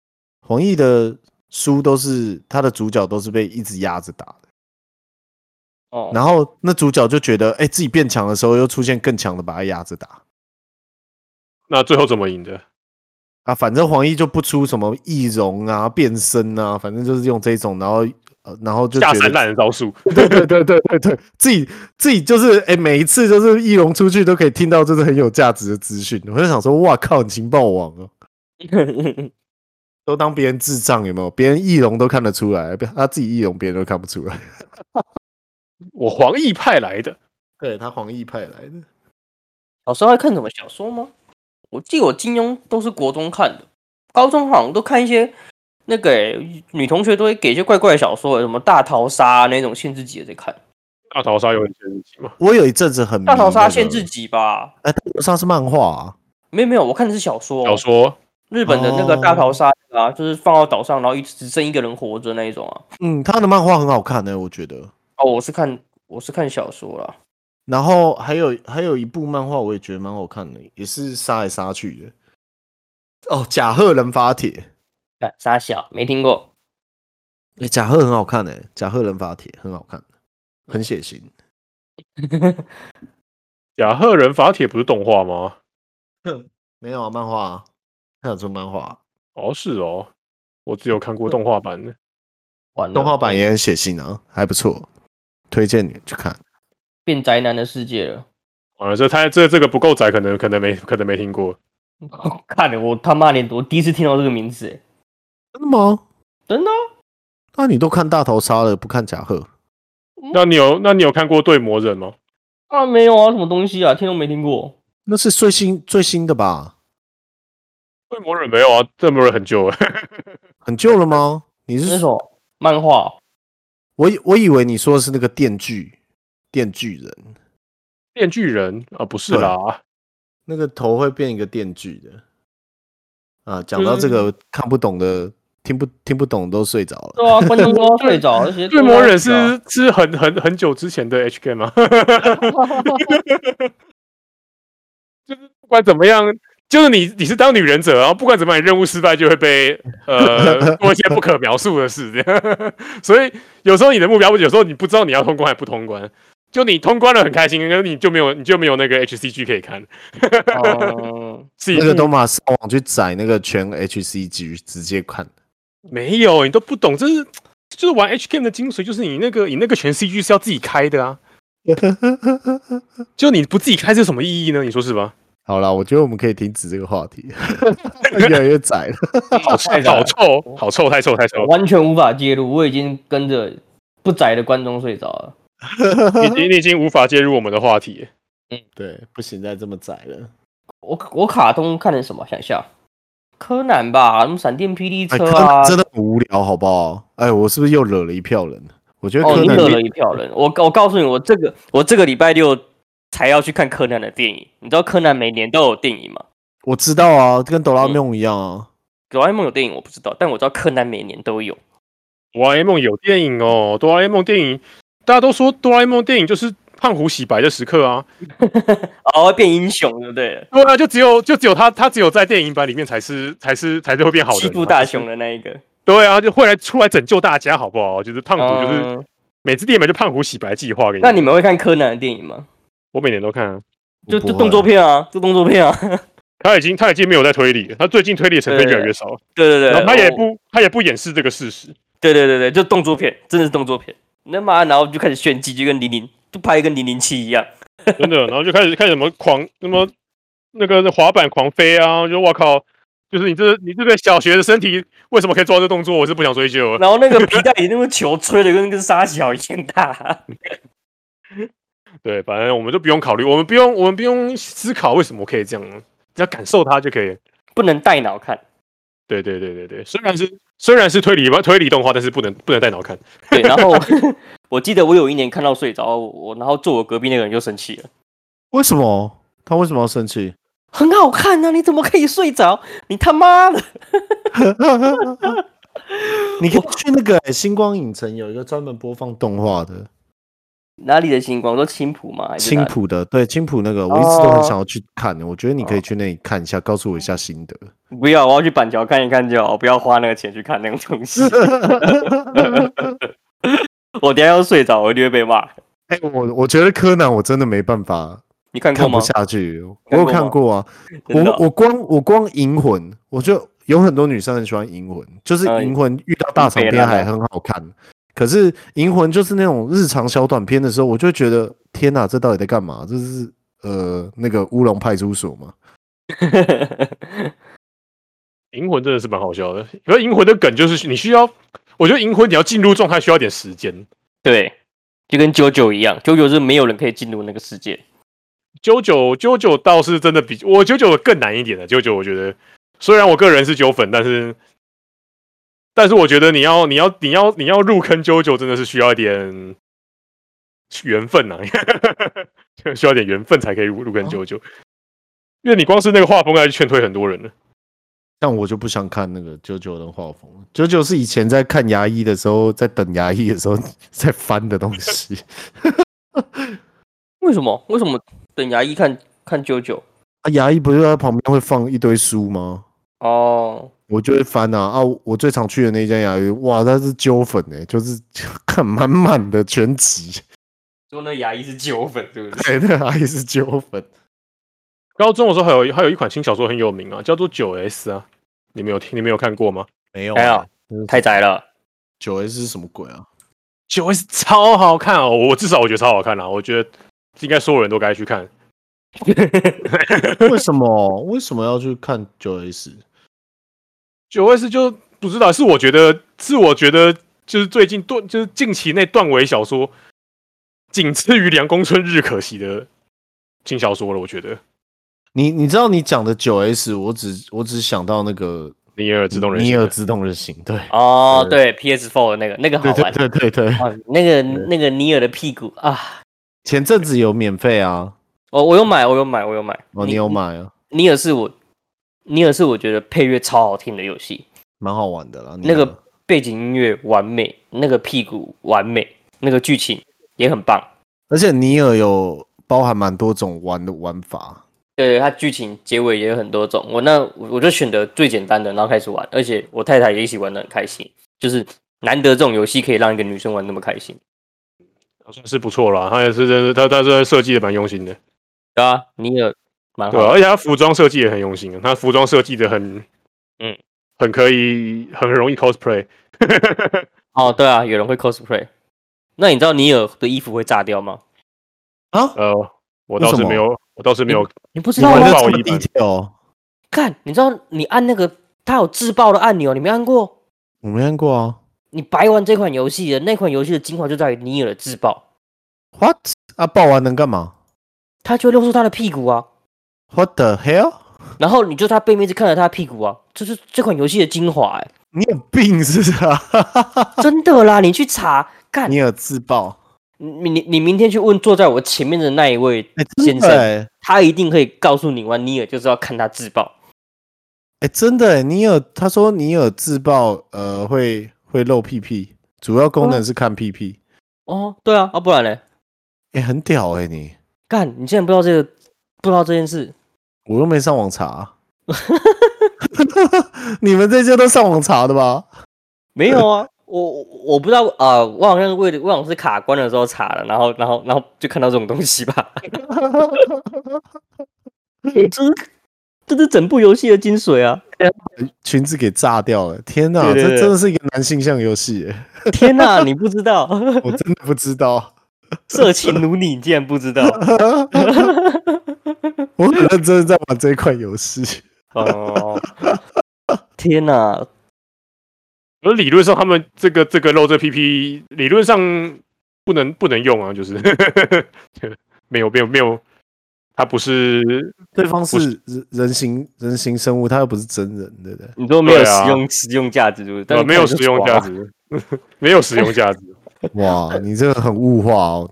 黄奕的书都是他的主角都是被一直压着打的。 哦， 然后那主角就觉得，哎、欸，自己变强的时候，又出现更强的把他压着打。 那最后怎么赢的？ 啊，反正黄奕就不出什么易容啊、变身啊，反正就是用这种，然后呃，然后就觉得下三滥的招数。 对对对对对对，自己自己就是哎、欸，每一次就是易容出去都可以听到就是很有价值的资讯。我就想说，哇靠，你情报王哦，都当别人智障有没有？别人易容都看得出来，他自己易容别人都看不出来。 我黄奕派来的， 对他黄奕派来的。 小时候还看什么小说吗？我记得我金庸都是国中看的，高中好像都看一些那个、欸、女同学都会给一些怪怪的小说，什么大逃杀、啊、那种限制级的在看。 大逃杀有很限制级吗？ 我有一阵子很迷、 大逃杀限制级吧？ 哎、欸，大逃杀是漫画啊？ 没有没有，我看的是小说、哦。 小说， 日本的那个大逃杀啊，哦、就是放到岛上，然后只剩一个人活着那一种啊。 嗯，他的漫画很好看呢、欸，我觉得。 哦，我是看我是看小说啦。 然后还有还有一部漫画，我也觉得蛮好看的，也是杀来杀去的。哦，甲贺忍法帖， 傻小没听过。 哎、欸，甲贺很好看诶，甲贺忍法帖很好看，很血腥。 甲贺忍法帖不是动画吗？ 没有啊，漫画啊，他有出漫画、啊。 哦，是哦，我只有看过动画版的。 动画版也很血腥啊，还不错，推荐你去看。 变宅男的世界了。 完了，这他这这个不够宅，可能可能没可能没听过。 看了我他妈连我第一次听到这个名字， 真的吗？ 真的、啊？ 那你都看大逃杀了，不看甲贺？ 那你有那你有看过对魔人吗？ 啊，没有啊，什么东西啊，听都没听过。 那是最新最新的吧？ 对魔人没有啊，对魔人很旧了。 很旧了吗？你是那种漫画？ 我我以为你说的是那个电锯，电锯人， 电锯人啊，不是啦， 那个头会变一个电锯的啊。讲到这个看不懂的，听不听不懂都睡着了。 对啊，观众都要睡着，而且对魔人是是很很很久之前的 H K 吗？就是不管怎么样。就是你，你是当女忍者，然后不管怎么样，你任务失败就会被呃做一些不可描述的事，这样。所以有时候你的目标，有时候你不知道你要通关还不通关。就你通关了很开心，可是你就没有，你就没有那个 H C G 可以看。 哦， 是那个都马上网去载那个全 H C G 直接看。 没有，你都不懂，这是就是玩 H K 的精髓，就是你那个你那个全 C G 是要自己开的啊。就你不自己开，是有什么意义呢？你说是吧？ 好啦，我觉得我们可以停止这个话题，越来越窄了， 好臭，好臭，好臭，太臭，太臭， 完全无法介入，我已经跟着不窄的观众睡着了。 你你已经无法介入我们的话题。 嗯，对，不行，再这么窄了。 我我卡通看的什么？想一下，柯南吧，什么闪电霹雳车啊，欸、真的很无聊，好不好？哎，我是不是又惹了一票人？我觉得柯南、 哦，你惹了一票人。我我告诉你，我这个我这个礼拜六才要去看柯南的电影。你知道柯南每年都有电影吗？ 我知道啊，跟哆啦 A 梦一样啊。 哆啦 A 梦有电影我不知道，但我知道柯南每年都有。 哆啦 A 梦有电影哦，哆啦 A 梦电影，大家都说哆啦 A 梦电影就是胖虎洗白的时刻啊。 哦，会变英雄，对不对？ 对啊，就只有就只有他，他只有在电影版里面才是才是才是会变好的。 欺负大雄的那一个。 对啊，就会来出来拯救大家，好不好？就是胖虎，就是、嗯、每次电影版就胖虎洗白计划。 那你们会看柯南的电影吗？ 我每年都看啊， 就就动作片啊，就动作片啊。 他已经他已经没有在推理了，他最近推理的成分越来越少。 对对对， 然后他也不他也不掩饰这个事实。 对对对对，就动作片，真的是动作片。那妈，然后就开始炫技，就跟零零就拍跟零零七一样。 真的，然后就开始开始什么狂什么那个滑板狂飞啊，就我靠，就是你这你这个小学的身体为什么可以做到这动作？我是不想追究了。 然后那个皮带里那个球吹的跟跟沙小一样大。 对，反正我们就不用考虑，我们不用我们不用思考为什么可以这样，只要感受它就可以。 不能带脑看。 对对对对对，虽然是虽然是推理推理动画，但是不能不能带脑看。 对，然后我记得我有一年看到睡着，我然后坐我隔壁那个人就生气了。 为什么？他为什么要生气？ 很好看啊！你怎么可以睡着？你他妈的！ 你可以去那个、欸、星光影城有一个专门播放动画的， 哪里的星光？说青浦吗？ 青浦的，对，青浦那个，我一直都很想要去看的。我觉得你可以去那里看一下，告诉我一下心得。 不要，我要去板桥看一看就好，不要花那个钱去看那种东西。我等一下要睡着，我一定会被骂。 哎、欸，我我觉得柯南我真的没办法， 你看过吗？ 看不下去。我有看过啊， 我我光我光银魂，我就有很多女生很喜欢银魂，就是银魂遇到大长篇还很好看。嗯、可是银魂就是那种日常小短片的时候，我就觉得天哪，这到底在干嘛？这是呃那个乌龙派出所吗？ 银魂真的是蛮好笑的，因为银魂的梗就是你需要，我觉得银魂你要进入状态需要点时间。 对。就跟九九一样，九九是没有人可以进入那个世界。 九九九九倒是真的比我九九更难一点的。九九我觉得，虽然我个人是九粉，但是但是我觉得你要你要你要你要入坑九九真的是需要一点缘分啊，需要点缘分才可以入入坑九九。因为你光是那个画风，就劝退很多人了。 但我就不想看那个九九的画风。九九是以前在看牙医的时候，在等牙医的时候在翻的东西。 为什么？为什么等牙医看看九九？ 啊，牙医不是在旁边会放一堆书吗？ 哦， 我就会翻啊啊！我最常去的那家牙医，哇，他是揪粉哎、欸，就是看满满的全集。 说那牙医是揪粉，对不对？对，那牙医是揪粉。 高中的时候还有还有一款轻小说很有名啊，叫做九 S 啊，你们有听你们有看过吗？ 没有、 啊，没有，太宅了。 九 S 是什么鬼啊？ 九 S 超好看哦，我至少我觉得超好看啊，我觉得应该所有人都该去看。 为什么？为什么要去看九 S？ 九 S 就不知道，是我觉得是我觉得就是最近段就是近期内段尾小说仅次于凉宫春日可惜的轻小说了，我觉得。 你你知道你讲的九 S， 我只我只想到那个尼尔自动人形，尼尔自动人形，对哦，对 ，P S 四 的那个那个好玩， 对对对对， 哦、那个那个尼尔的屁股啊， 前阵子有免费啊， 哦，我有买，我有买，我有买， 哦，你有买啊？ 尼尔是我，尼尔是我觉得配乐超好听的游戏， 蛮好玩的啦， 那个背景音乐完美，那个屁股完美，那个剧情也很棒， 而且尼尔有包含蛮多种玩的玩法。 对，它剧情结尾也有很多种，我那我就选择最简单的，然后开始玩，而且我太太也一起玩得很开心，就是难得这种游戏可以让一个女生玩那么开心， 算是不错啦。他也是真的，他他这设计的蛮用心的。 对啊，尼尔蛮好的， 对啊，而且他服装设计也很用心，他服装设计的很， 嗯， 很可以，很容易 cosplay。 哦，对啊，有人会 cosplay。那你知道尼尔的衣服会炸掉吗？ 啊？ 呃，我倒是没有。我倒是没有， 你, 你不知道吗？ 这么低调， 看，你知道你按那个它有自爆的按钮，你没按过？ 我没按过啊。 你白玩这款游戏的那款游戏的精华就在于尼尔的自爆。 What？ 啊，爆完能干嘛？ 他就会露出他的屁股啊。 What the hell？ 然后你就他背面一直看着他的屁股啊，这是这款游戏的精华哎、欸。 你有病是不是啊？ 真的啦，你去查干。 尼尔自爆。 你你你明天去问坐在我前面的那一位先生， 欸、 他一定可以告诉你玩尼尔就是要看他自爆。 哎、欸，真的哎，尼尔他说尼尔自爆呃会会露屁屁，主要功能是看屁屁。 哦，对啊，啊不然嘞？ 哎、欸，很屌哎、欸、你。 干，你竟然不知道这个，不知道这件事？ 我又没上网查。你们这些都上网查的吧？ 没有啊。我我不知道啊、呃，我好像为了我好像是卡关的时候查了，然后然后然后就看到这种东西吧。这是这是整部游戏的精髓啊！ 裙子给炸掉了，天哪， 对对对这真的是一个男性向游戏！ 天哪，你不知道？ 我真的不知道， 色情如你，你竟然不知道？ 我很认真的在玩这一款游戏。 哦，天哪！ 而理论上，他们这个这个露这 P P， 理论上不能不能用啊，就是没有没有没有，他不是对方是人形人形生物，他又不是真人，对不对？ 你说没有实用、啊、实用价值，对不对？ 但没有实用价值，没有实用价值。 哇，你这个很物化哦！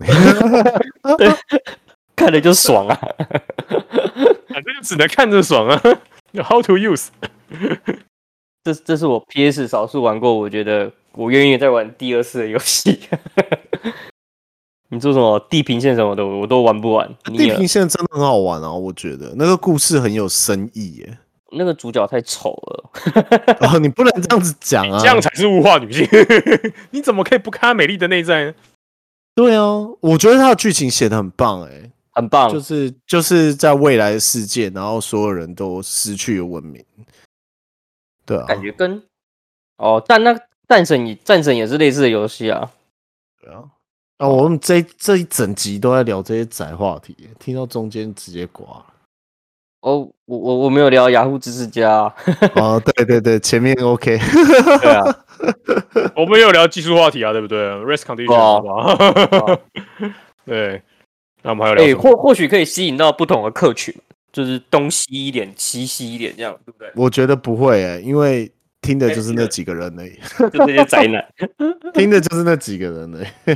看了就爽啊， 反正就只能看着爽啊。How to use？ 这这是我 P S 少数玩过，我觉得我愿意再玩第二次的游戏。 你做什么地平线什么的，我都玩不完。 地平线真的很好玩啊，我觉得那个故事很有深意耶。 那个主角太丑了， 哦，你不能这样子讲啊， 这样才是物化女性。你怎么可以不看她美丽的内在呢？ 对啊，我觉得他的剧情写得很棒哎、欸， 很棒， 就是就是在未来的世界，然后所有人都失去了文明，对啊， 感觉跟哦，但那战神也战神也是类似的游戏啊， 对啊，啊，我们这这一整集都在聊这些宅话题，听到中间直接挂了。 哦，我我我没有聊雅虎知识家、啊， 哦，对对对，前面 OK， 对啊， 我们也有聊技术话题啊，对不对 ？Race condition，、哦、好不好？哦、对，那我们还有聊什么？ 欸、或或许可以吸引到不同的客群，就是东西一点，西西一点，这样对不对？ 我觉得不会诶、欸，因为听的就是那几个人而已， 就这些宅男， 听的就是那几个人而已。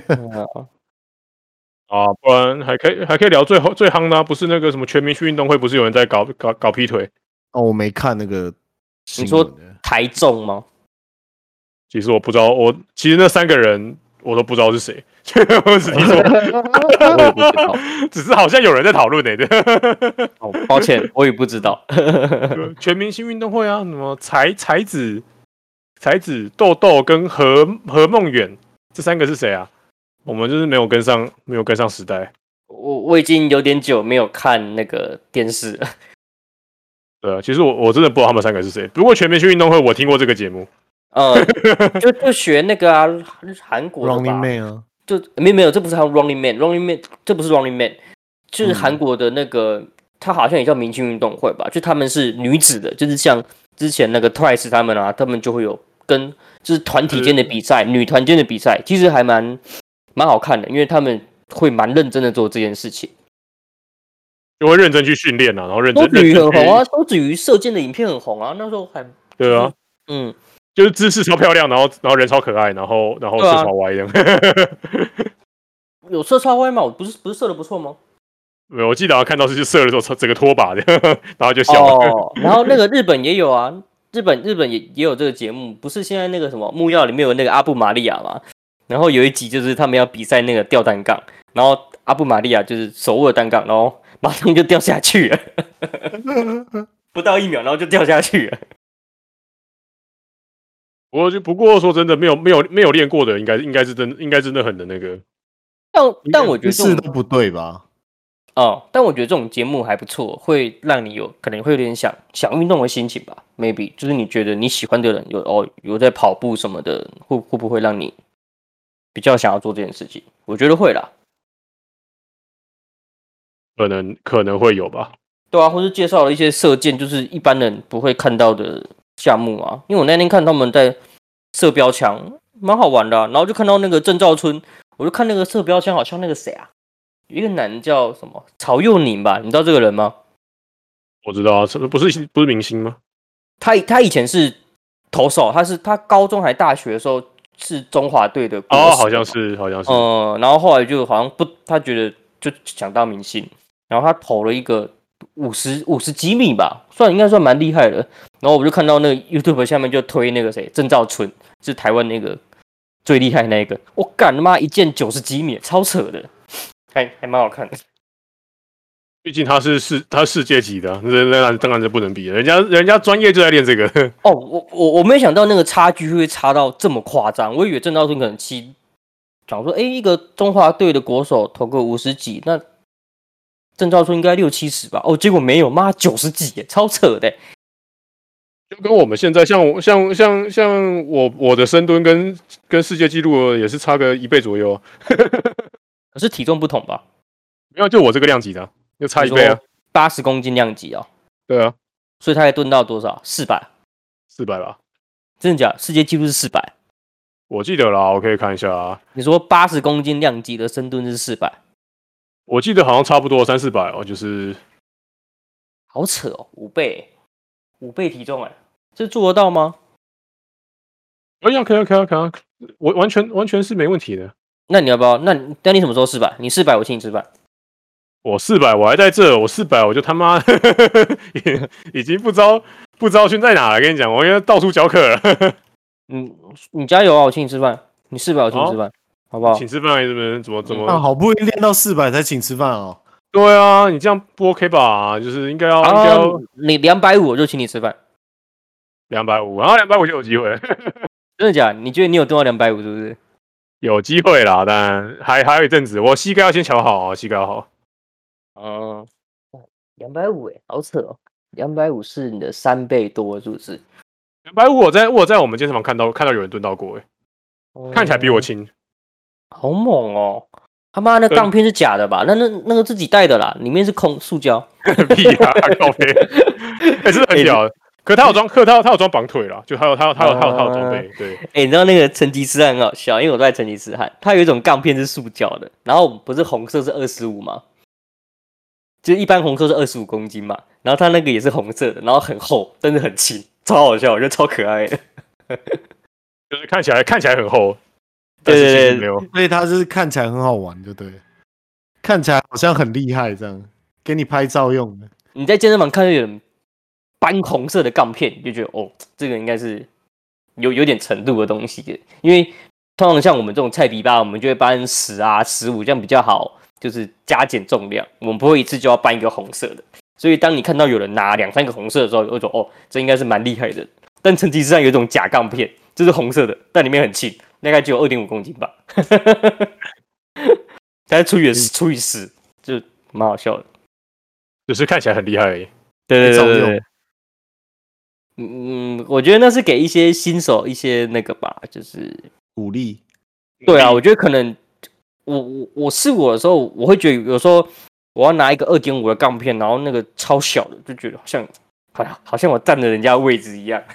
啊，不然还可以还可以聊最最夯的、啊，不是那个什么全民运动会，不是有人在搞搞搞劈腿？ 哦，我没看那个新你闻。 说台中吗？ 其实我不知道，我其实那三个人我都不知道是谁，我只听说， 我也不知道， 只是好像有人在讨论呢。 哦，抱歉，我也不知道。 全明星运动会啊，什么才才子、才子豆豆跟何何梦远这三个是谁啊？我们就是没有跟上，没有跟上时代。 我我已经有点久没有看那个电视了。 对啊，其实我我真的不知道他们三个是谁。不过全明星运动会我听过这个节目。 呃，就就学那个啊，韩国的吧 Running Man 啊， 就没有没有，这不是 Running Man，Running Man 这不是 Running Man， 就是韩国的那个，嗯、他好像也叫明星运动会吧？就他们是女子的，就是像之前那个 Twice 他们啊，他们就会有跟就是团体间的比赛，女团间的比赛，其实还蛮蛮好看的，因为他们会蛮认真的做这件事情， 就会认真去训练啊，然后认真。 周子瑜很红啊，周子瑜射箭的影片很红啊，那时候还对啊， 嗯。 就是姿势超漂亮，然后然后人超可爱，然后然后射超歪的。 有射超歪吗？我不是不是射的不错吗？ 没有，我记得看到是射的时候整个拖把的，然后就笑了。 哦，然后那个日本也有啊，日本日本也也有这个节目，不是现在那个什么木曜里面有那个阿布玛利亚嘛？然后有一集就是他们要比赛那个吊单杠，然后阿布玛利亚就是手握单杠，然后马上就掉下去了，不到一秒，然后就掉下去了。 我就不过说真的，没有没有没有练过的，应该应该是真应该真的很的那个。 但但我觉得这种都不对吧？ 哦，但我觉得这种节目还不错，会让你有可能会有点想想运动的心情吧。Maybe 就是你觉得你喜欢的人有哦有在跑步什么的，会会不会让你比较想要做这件事情？我觉得会啦。 可能可能会有吧。 对啊，或是介绍了一些射箭，就是一般人不会看到的项目啊。因为我那天看他们在射标枪，蛮好玩的、啊。然后就看到那个郑兆春，我就看那个射标枪，好像那个谁啊，有一个男叫什么曹佑宁吧？你知道这个人吗？ 我知道啊，不是不是明星吗？ 他他以前是投手，他是他高中还大学的时候是中华队的哦，好像是好像是。 呃，然后后来就好像不，他觉得就想当明星，然后他投了一个。五十五十几米吧，算应该算蛮厉害的。然后我就看到那个 YouTube 下面就推那个谁郑兆春，是台湾那个最厉害那一个。我干他妈一箭九十几米，超扯的，还还蛮好看的。 毕竟他是世他世界级的、啊，那那当然是不能比的。人家人家专业就在练这个。 哦，我我我没想到那个差距会差到这么夸张。我以为郑兆春可能七，讲说哎、欸，一个中华队的国手投个五十几，那。郑兆春应该六七十吧，哦，结果没有，妈九十几耶，超扯的。 就跟我们现在像像像像我我的深蹲跟跟世界纪录也是差个一倍左右。 可是体重不同吧？ 没有，就我这个量级的，就差一倍啊。 八十公斤量级啊。 对啊。 所以他还蹲到多少？四百。 四百吧？ 真的假？世界纪录是四百。 我记得啦，我可以看一下啊。 你说八十公斤量级的深蹲是四百？ 我记得好像差不多三四百哦，就是好扯哦，五倍，五倍体重哎，这做得到吗？ 可以啊，可以啊，可以啊，可以啊，我完全完全是没问题的。 那你要不要？那那你什么时候四百？你四百，我请你吃饭。 我四百，我还在这，我四百，我就他妈已经不知道不知道去在哪了。跟你讲，我应该到处教课了。 你你加油啊，我请你吃饭。你四百，我请你吃饭。 好不好？ 请吃饭是不是？怎么怎么？ 啊，好不容易练到四百才请吃饭哦。 对啊，你这样不 OK 吧？就是应该要， 啊、 应该要你两百五我就请你吃饭， 两百五，然后两百五就有机会， 真的假的？你觉得你有蹲到两百五是不是？ 有机会啦，但还还有一阵子，我膝盖要先调好啊，膝盖要好。 嗯，两百五哎，好扯哦，两百五是你的三倍多是不是？ 两百五我在我在我们健身房看到看到有人蹲到过，哎、 哦看起来比我轻。 好猛哦！他妈那杠片是假的吧？那那那个自己带的啦，里面是空塑胶。 屁啊，靠背，哎、欸，真的很屌。可他有装，可他有他有装绑腿啦，就他有他有他有他有他有装备。对， 哎、欸，你知道那个成吉思汗很好笑，因为我都在成吉思汗，他有一种杠片是塑胶的，然后不是红色是二十五吗？就一般红色是二十五公斤嘛，然后他那个也是红色的，然后很厚，但是很轻，超好笑，我觉得超可爱的。 就是看起来看起来很厚， 对对对， 没有， 所以他是看起来很好玩，就对，看起来好像很厉害这样，给你拍照用的。 你在健身房看到有人搬红色的杠片，你就觉得哦，这个应该是有有点程度的东西的，因为通常像我们这种菜皮吧，我们就会搬十啊、十五这样比较好，就是加减重量，我们不会一次就要搬一个红色的。所以当你看到有人拿两三个红色的时候，有一种哦，这应该是蛮厉害的。但成吉思汗有一种假杠片，这是红色的，但里面很轻，大概只有二点五公斤吧，大概除以除以十，就蛮好笑的。 就是看起来很厉害而已。 对对对对对。嗯，我觉得那是给一些新手一些那个吧，就是鼓励。 对啊，我觉得可能我我我试我的时候，我会觉得有时候我要拿一个二点五的杠片，然后那个超小的，就觉得好像好像好像我占了人家的位置一样。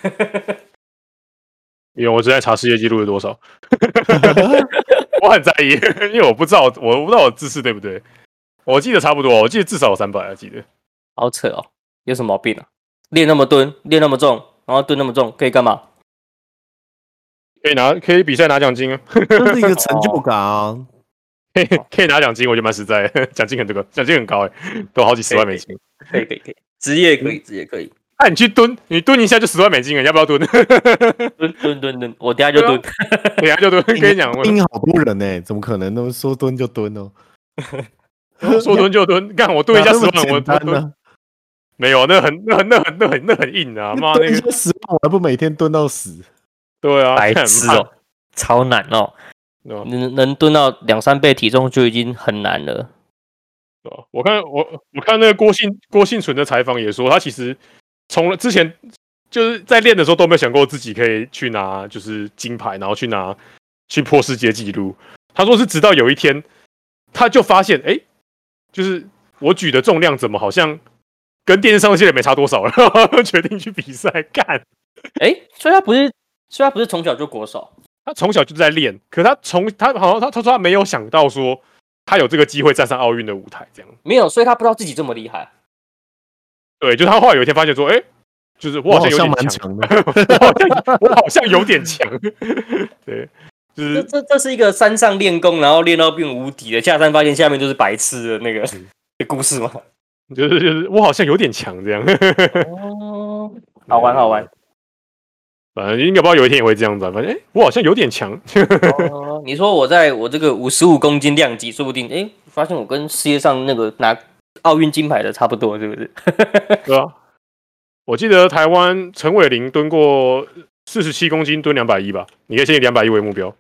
因为我只在查世界纪录是多少，我很在意，因为我不知道我不知道我姿势对不对，我记得差不多，我记得至少有三百，记得。 好扯哦，有什么毛病啊？练那么蹲，练那么重，然后蹲那么重，可以干嘛？ 可以拿，可以比赛拿奖金啊， 这是一个成就感啊。 可以可以拿奖金，我觉得蛮实在的，奖金很这个奖金很高哎，都好几十万美金。 可以可以可以，职业可以，职业可以。 那、啊、你去蹲，你蹲一下就十万美金了，你要不要蹲？ 蹲蹲蹲蹲，我等下就蹲， 等下就蹲。跟你讲， 盯好多人呢、欸，怎么可能？那么说蹲就蹲哦， 说蹲就蹲，干我蹲一下十万，我我蹲。没有，那很、那很、那很、那很、那很硬啊！妈，那个十万我还不每天蹲到死？ 对啊， 白痴哦，超难哦。能能蹲到两三倍体重就已经很难了。 我看我我看那个郭幸郭幸存的采访也说，他其实从之前就是在练的时候都没有想过自己可以去拿就是金牌，然后去拿去破世界纪录。他说是直到有一天，他就发现，哎、欸，就是我举的重量怎么好像跟电视上的也没差多少了，决定去比赛干。 哎、欸，所以他不是，所以他不是从小就国手。 他从小就在练，可他从他好像他他说他没有想到说他有这个机会站上奥运的舞台，这样没有，所以他不知道自己这么厉害。 对，就是他后来有一天发现说，哎、欸，就是我好像有点强的，我好像我好像有点强。对，就是这这这是一个山上练功，然后练到变无敌的，下山发现下面都是白痴的那个、嗯、的故事吗？ 就是就是我好像有点强这样。 哦，好玩好玩。 反正应该不知道有一天也会这样子、啊，反正哎、欸，我好像有点强。 哦，你说我在我这个五十五公斤量级，说不定哎、欸，发现我跟世界上那个拿奥运金牌的差不多，是不是？ 对啊，我记得台湾陈伟霆蹲过四十七公斤，蹲两百一吧？你可以先以两百一为目标。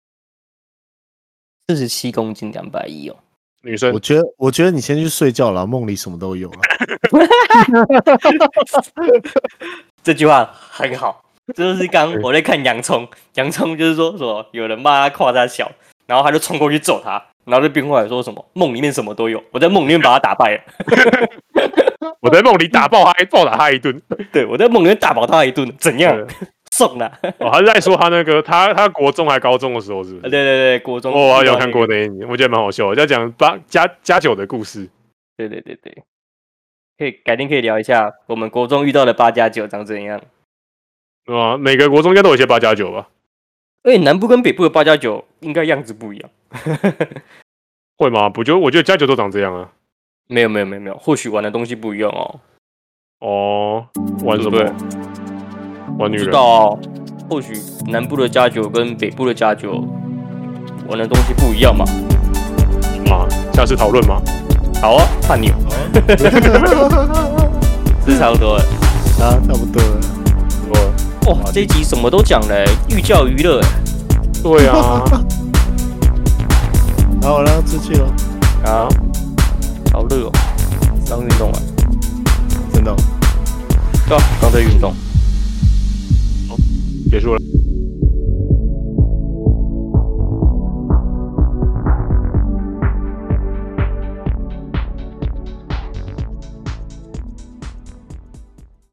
四十七公斤两百一哦， 女生， 我觉得我觉得你先去睡觉了，梦里什么都有了。 这句话很好。就是刚我在看洋葱，洋葱就是说什么有人骂他胯他小，然后他就冲过去揍他，然后就变过来说什么梦里面什么都有，我在梦里面把他打败了， 我在梦里打爆他，暴打他一顿， 对我在梦里面打爆他一顿，怎样？送了。 哦，他是在说他那个他他国中还高中的时候是不是？ 对对对，国中。 哦，我有看过那一年，我觉得蛮好笑的，在讲八加加九的故事。 对对对对，可以改天可以聊一下我们国中遇到的八加九长怎样。 对吧？每个国中应该都有一些八加九吧？ 而且南部跟北部的八加九应该样子不一样。 会吗？不就我觉得加九都长这样啊。 没有没有没有没有，或许玩的东西不一样哦。 哦，玩什么？ 对玩女人。 不知道哦，或许南部的加九跟北部的加九玩的东西不一样嘛。 嘛，下次讨论嘛。 好啊，看你。是差不多了。 啊，差不多了。 哇、哦，这一集什么都讲了，寓教于乐。 对啊。 好，我要出去了。 好，好热哦，刚运动完。 真的、哦。 对啊，刚在运动。 好，结束了。